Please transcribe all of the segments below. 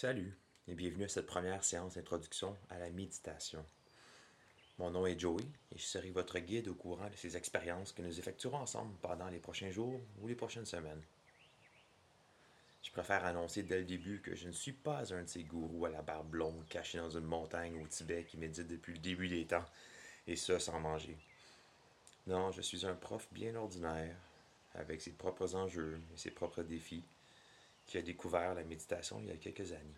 Salut et bienvenue à cette première séance d'introduction à la méditation. Mon nom est Joey et je serai votre guide au courant de ces expériences que nous effectuerons ensemble pendant les prochains jours ou les prochaines semaines. Je préfère annoncer dès le début que je ne suis pas un de ces gourous à la barbe blonde cachés dans une montagne au Tibet qui médite depuis le début des temps, et ça sans manger. Non, je suis un prof bien ordinaire, avec ses propres enjeux et ses propres défis, qui a découvert la méditation il y a quelques années.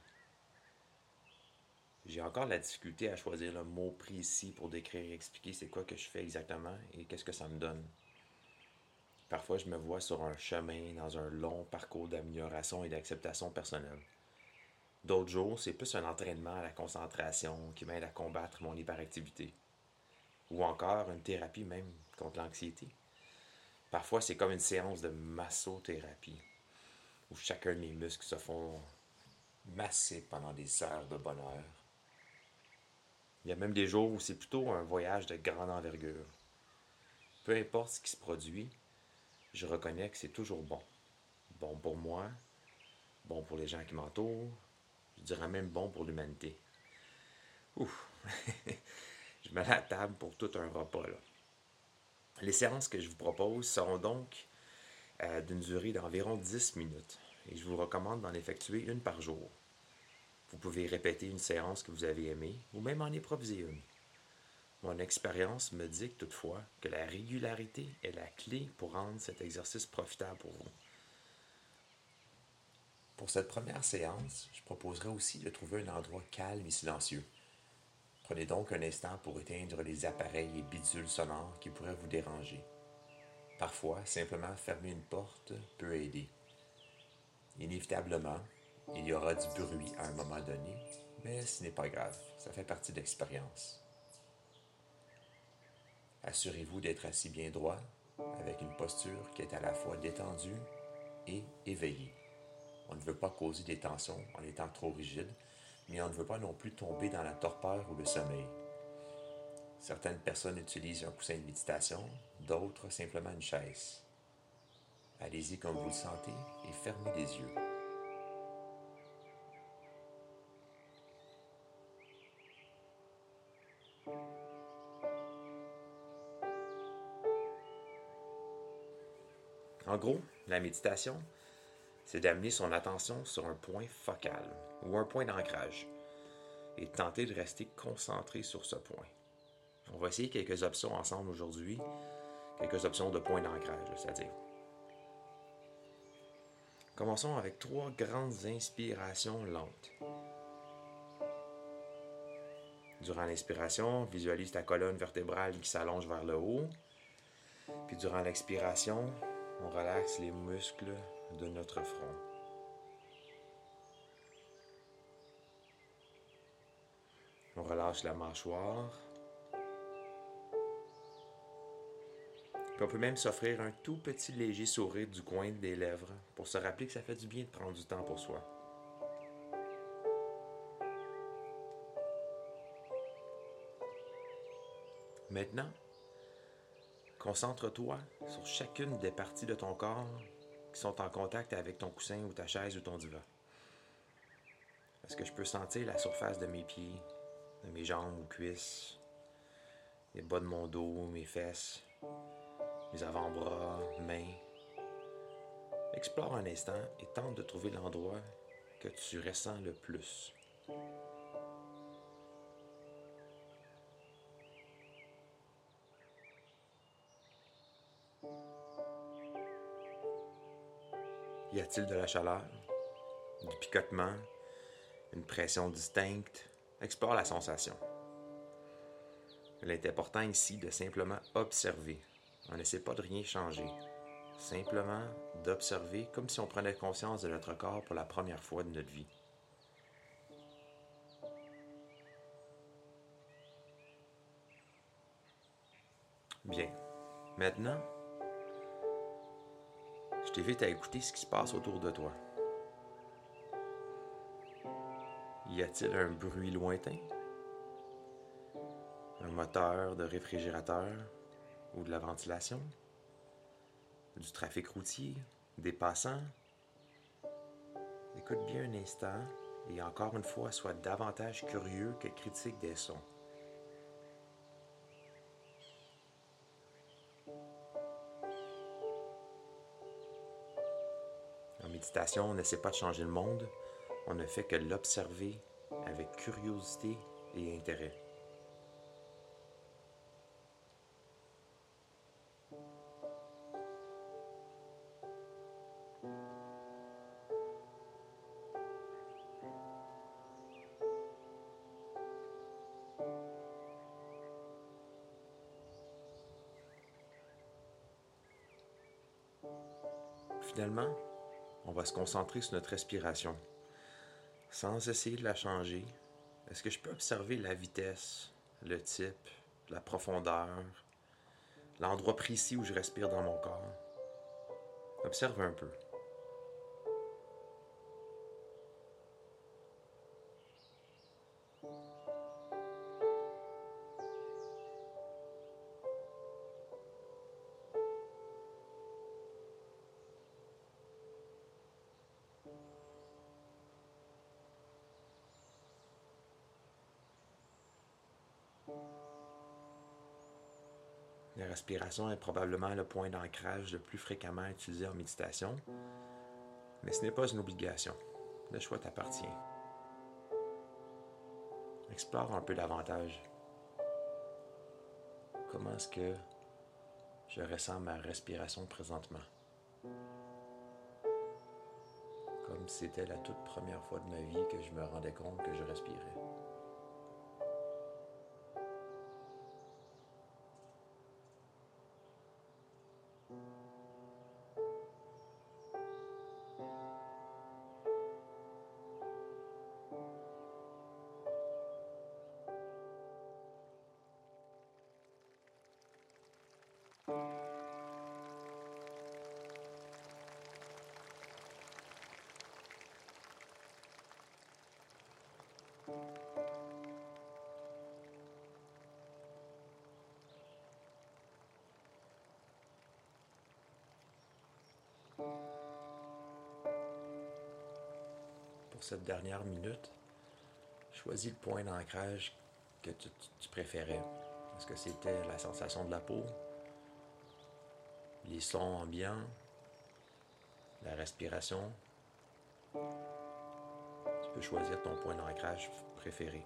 J'ai encore de la difficulté à choisir le mot précis pour décrire et expliquer c'est quoi que je fais exactement et qu'est-ce que ça me donne. Parfois, je me vois sur un chemin dans un long parcours d'amélioration et d'acceptation personnelle. D'autres jours, c'est plus un entraînement à la concentration qui m'aide à combattre mon hyperactivité. Ou encore une thérapie même contre l'anxiété. Parfois, c'est comme une séance de massothérapie, où chacun de mes muscles se font masser pendant des heures de bonheur. Il y a même des jours où c'est plutôt un voyage de grande envergure. Peu importe ce qui se produit, je reconnais que c'est toujours bon. Bon pour moi, bon pour les gens qui m'entourent, je dirais même bon pour l'humanité. Ouf! Je mets la table pour tout un repas là. Les séances que je vous propose seront donc d'une durée d'environ 10 minutes et je vous recommande d'en effectuer une par jour. Vous pouvez répéter une séance que vous avez aimée ou même en improviser une. Mon expérience me dit toutefois que la régularité est la clé pour rendre cet exercice profitable pour vous. Pour cette première séance, je proposerai aussi de trouver un endroit calme et silencieux. Prenez donc un instant pour éteindre les appareils et bidules sonores qui pourraient vous déranger. Parfois, simplement fermer une porte peut aider. Inévitablement, il y aura du bruit à un moment donné, mais ce n'est pas grave, ça fait partie de l'expérience. Assurez-vous d'être assis bien droit, avec une posture qui est à la fois détendue et éveillée. On ne veut pas causer des tensions en étant trop rigide, mais on ne veut pas non plus tomber dans la torpeur ou le sommeil. Certaines personnes utilisent un coussin de méditation, d'autres simplement une chaise. Allez-y comme vous le sentez et fermez les yeux. En gros, la méditation, c'est d'amener son attention sur un point focal ou un point d'ancrage et de tenter de rester concentré sur ce point. On va essayer quelques options ensemble aujourd'hui, quelques options de point d'ancrage, c'est-à-dire. Commençons avec 3 grandes inspirations lentes. Durant l'inspiration, visualise ta colonne vertébrale qui s'allonge vers le haut. Puis durant l'expiration, on relaxe les muscles de notre front. On relâche la mâchoire. Puis on peut même s'offrir un tout petit léger sourire du coin des lèvres pour se rappeler que ça fait du bien de prendre du temps pour soi. Maintenant, concentre-toi sur chacune des parties de ton corps qui sont en contact avec ton coussin ou ta chaise ou ton divan. Est-ce que je peux sentir la surface de mes pieds, de mes jambes ou cuisses, les bas de mon dos, mes fesses, mes avant-bras, mains? Explore un instant et tente de trouver l'endroit que tu ressens le plus. Y a-t-il de la chaleur, du picotement, une pression distincte? Explore la sensation. Il est important ici de simplement observer. On n'essaie pas de rien changer. Simplement d'observer comme si on prenait conscience de notre corps pour la première fois de notre vie. Bien. Maintenant, je t'invite à écouter ce qui se passe autour de toi. Y a-t-il un bruit lointain? Un moteur de réfrigérateur ou de la ventilation? Du trafic routier? Des passants? Écoute bien un instant et encore une fois, sois davantage curieux que critique des sons. En méditation, on n'essaie pas de changer le monde, on ne fait que l'observer avec curiosité et intérêt. Finalement, on va se concentrer sur notre respiration. Sans essayer de la changer, est-ce que je peux observer la vitesse, le type, la profondeur, l'endroit précis où je respire dans mon corps? Observe un peu. La respiration est probablement le point d'ancrage le plus fréquemment utilisé en méditation, mais ce n'est pas une obligation. Le choix t'appartient. Explore un peu davantage. Comment est-ce que je ressens ma respiration présentement? Comme si c'était la toute première fois de ma vie que je me rendais compte que je respirais. Pour cette dernière minute, choisis le point d'ancrage que tu préférais. Est-ce que c'était la sensation de la peau, les sons ambiants, la respiration? Tu peux choisir ton point d'ancrage préféré.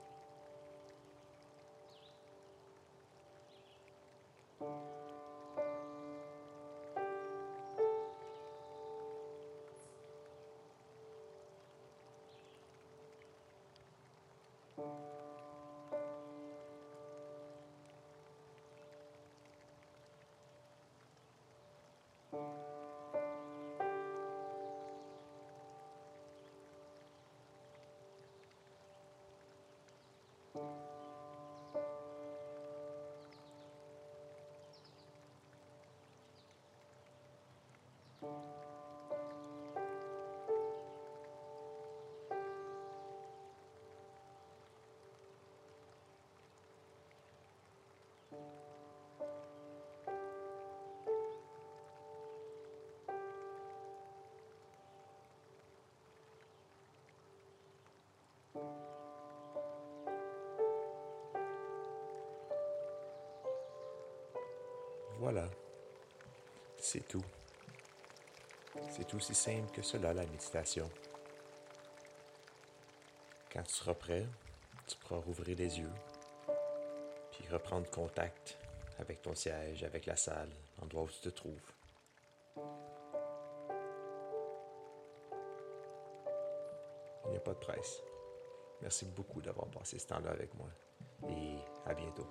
Voilà, c'est tout. C'est aussi simple que cela, la méditation. Quand tu seras prêt, tu pourras rouvrir les yeux, puis reprendre contact avec ton siège, avec la salle, l'endroit où tu te trouves. Il n'y a pas de presse. Merci beaucoup d'avoir passé ce temps-là avec moi et à bientôt.